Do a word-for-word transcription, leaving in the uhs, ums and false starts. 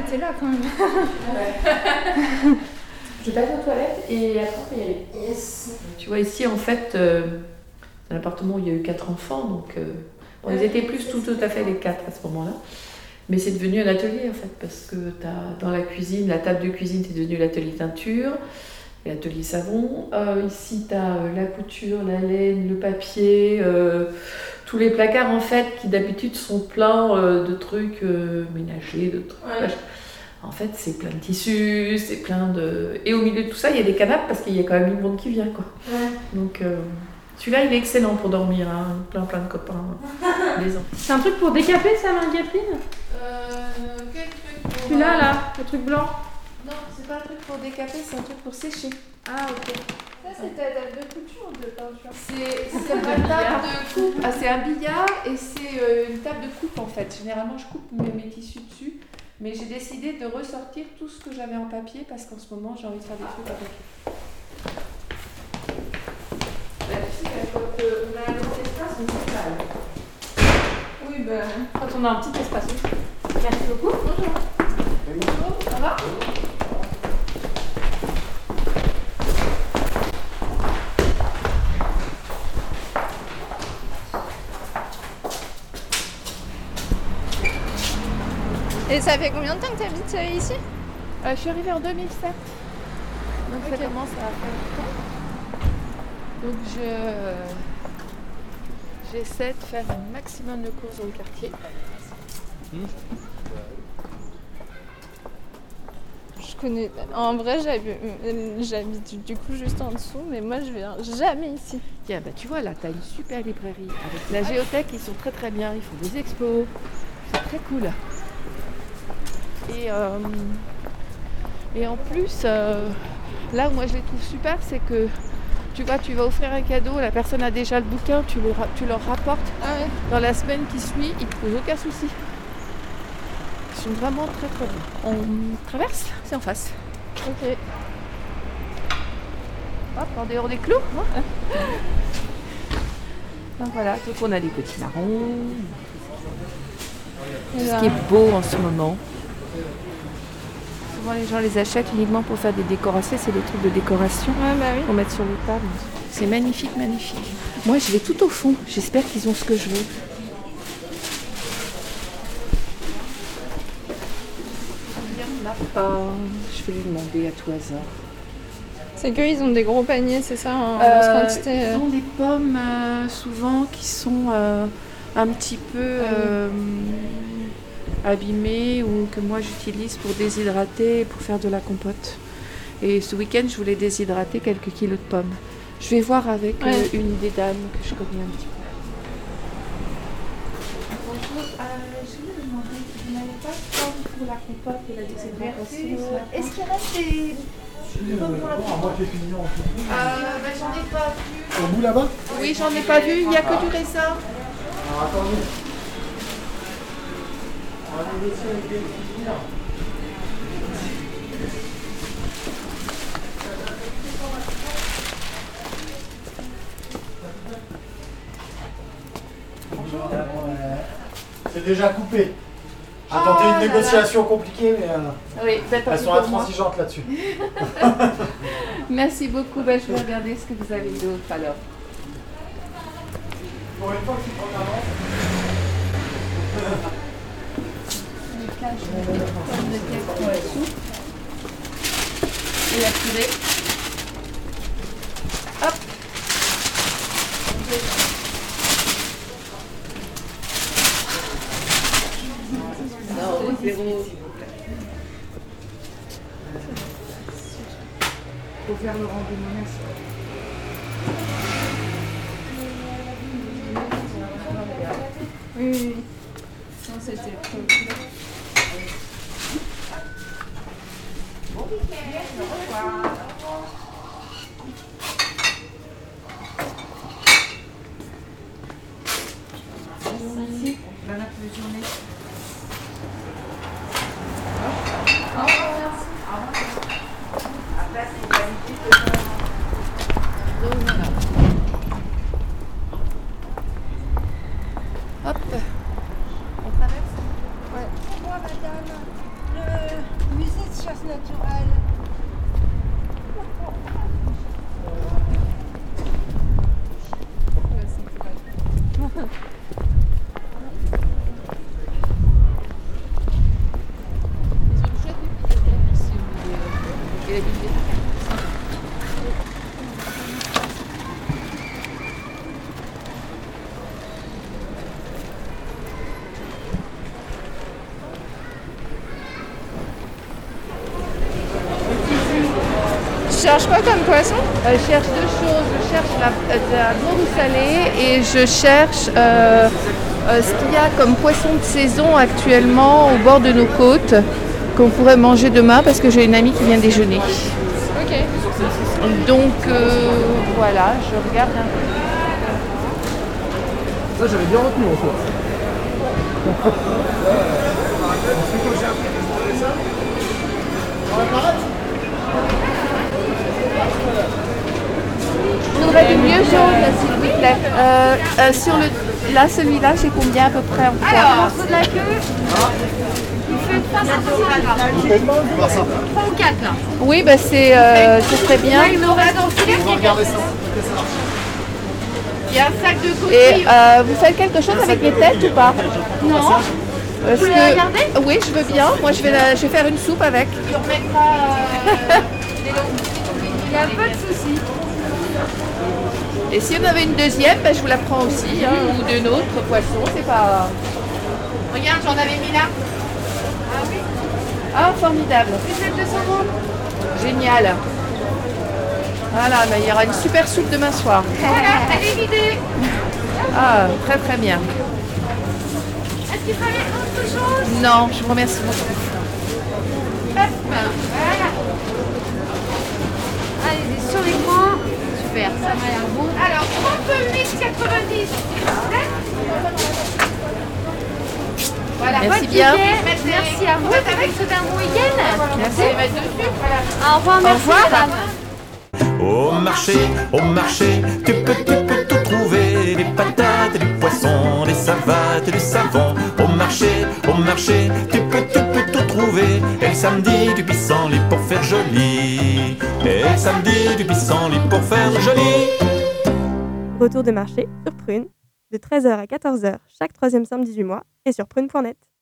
t'es là quand même. Je passe aux toilettes et après on peut y aller. Yes. Tu vois ici en fait, euh, c'est un appartement où il y a eu quatre enfants, donc euh, bon, ils étaient plus tout, tout à fait les quatre à ce moment-là. Mais c'est devenu un atelier en fait, parce que t'as, dans la cuisine, la table de cuisine c'est devenu l'atelier teinture, l'atelier savon. Euh, ici tu as euh, la couture, la laine, le papier, euh, tous les placards en fait qui d'habitude sont pleins euh, de trucs euh, ménagers, de trucs. Ouais. En fait, c'est plein de tissus, c'est plein de... Et au milieu de tout ça, il y a des canapes parce qu'il y a quand même du monde qui vient, quoi. Ouais. Donc, euh, celui-là, il est excellent pour dormir, hein. Plein, plein de copains, les ans. C'est un truc pour décaper, ça, Marie-Catherine ? Euh... Quel truc pour... Celui-là, là, le truc blanc ? Non, c'est pas un truc pour décaper, c'est un truc pour sécher. Ah, ok. Ça, c'est ta table de couture ou de peinture ? C'est, c'est ma table de coupe. Ah, c'est un billard et c'est euh, une table de coupe, en fait. Généralement, je coupe mes, mes tissus dessus. Mais j'ai décidé de ressortir tout ce que j'avais en papier parce qu'en ce moment j'ai envie de faire des trucs en papier. Bah, tu sais, quand on a un grand espace, on s'étale. Oui, ben, quand on a un petit espace. Merci beaucoup. Bonjour. Bonjour, ça va ? Et ça fait combien de temps que tu habites euh, ici ? euh, Je suis arrivée en deux mille sept. Donc okay. Ça commence à faire longtemps. Donc je... j'essaie de faire un maximum de courses dans le quartier. Mmh. Je connais... En vrai, j'habite... j'habite du coup juste en dessous, mais moi je viens jamais ici. Tiens, bah tu vois là, tu as une super librairie. Avec la géothèque, ils sont très très bien. Ils font des expos. C'est très cool. Et, euh, et en plus, euh, là où moi je les trouve super, c'est que tu vois, tu vas offrir un cadeau, la personne a déjà le bouquin, tu, le, tu leur rapportes. Ah ouais. Dans la semaine qui suit, ils ne te posent aucun souci. Ils sont vraiment très très bons. On traverse, c'est en face. Ok. Hop, en dehors des clous. Hein. Donc voilà, donc on a des petits marrons. Tout ce qui est beau en ce moment. Souvent les gens les achètent uniquement pour faire des décorations, c'est des trucs de décoration ouais, bah oui. Pour mettre sur les tables. C'est magnifique, magnifique. Moi je vais tout au fond, j'espère qu'ils ont ce que je veux. Oh, je vais lui demander à tout hasard. C'est qu'ils ont des gros paniers, c'est ça, en euh, grosse quantité. Ils ont des pommes euh, souvent qui sont euh, un petit peu euh, abîmées ou que moi j'utilise pour déshydrater et pour faire de la compote. Et ce week-end, je voulais déshydrater quelques kilos de pommes. Je vais voir avec ouais. euh, une des dames que je connais un petit peu. Bonjour, euh, je voulais vous demander si vous n'avez pas de pommes pour la compote et la déshydratation. Est-ce qu'il reste des... Euh, à moitié fini en tout. Euh, ben, j'en ai pas vu. Au bout là-bas ? Oui, j'en ai pas vu, il n'y a ah. que du raisin. Alors attendez. On va négocier avec les cuisinières. Bonjour. Euh, c'est déjà coupé. J'ai oh, tenté une là négociation là. compliquée, mais euh, oui, elles sont intransigeantes là-dessus. Merci beaucoup. Ben, je vais regarder ce que vous avez d'autre alors. Pour une fois que tu prends ta main. Là, je vais mettre une pomme de terre pour la soupe. Et la purée. Hop. Non, zéro. Faut faire le rendez-vous, merci. Oui, oui, oui. Non, c'était trop cool. Bon week-end, au revoir. Merci. Bonne journée. Au revoir, merci. Au revoir. Après, c'est une qualité de... Donc, voilà. Hop. On traverse ? Ouais. Au revoir, madame. Le... quoi comme poisson? Euh, je cherche deux choses. Je cherche la, la dorade salée et je cherche euh, euh, ce qu'il y a comme poisson de saison actuellement au bord de nos côtes qu'on pourrait manger demain parce que j'ai une amie qui vient déjeuner. Ok. Donc euh, voilà, je regarde un peu. Ça, j'avais bien retenu en fait. On aurait du mieux jaune, s'il vous plaît. Euh, euh, sur le, là, celui-là, j'ai combien à peu près en poids? Alors, morceau de la queue, il fait trois cent soixante grammes. trois ou quatre là. Oui, bah c'est, euh, ce serait bien. Là, il me reste dans le filet. On va regarder ça. Il y a un sac de Et coquilles. euh, vous faites quelque chose avec les têtes ou pas? Non. Parce Vous voulez que- la garder? Oui, je veux bien. Moi, je vais, la- je vais faire une soupe avec. Il remettra euh, des longues. Il n'y a pas de souci. Et si on avait une deuxième, bah, je vous la prends aussi, hein, ou d'un autre poisson, c'est pas... Regarde, j'en avais mis là. Ah oui. Ah, formidable. Plus de deux cents grammes. Génial. Voilà, bah, il y aura une super soupe demain soir. Voilà, elle est vidée. Ah, très très bien. Est-ce qu'il fallait autre chose? Non, je vous remercie beaucoup. Hop, voilà. Allez, sur l'écran. Super, ça m'a l'air bon. Alors, trente-huit quatre-vingt-dix. Voilà, Merci bonne bien. journée. Merci à vous. Avec ce d'un bon week-end. Merci. Au revoir, Au merci revoir. madame. Au marché, au marché, tu peux, tu peux tout trouver. Des patates, des poissons, des savates et du savon. Au marché, au marché, tu peux, tu peux tout trouver. Et le samedi, du pissenlit pour faire joli. Et le samedi, du pissenlit pour faire joli. Retour de marché sur Prune, de treize heures à quatorze heures chaque troisième samedi du mois et sur prune point net.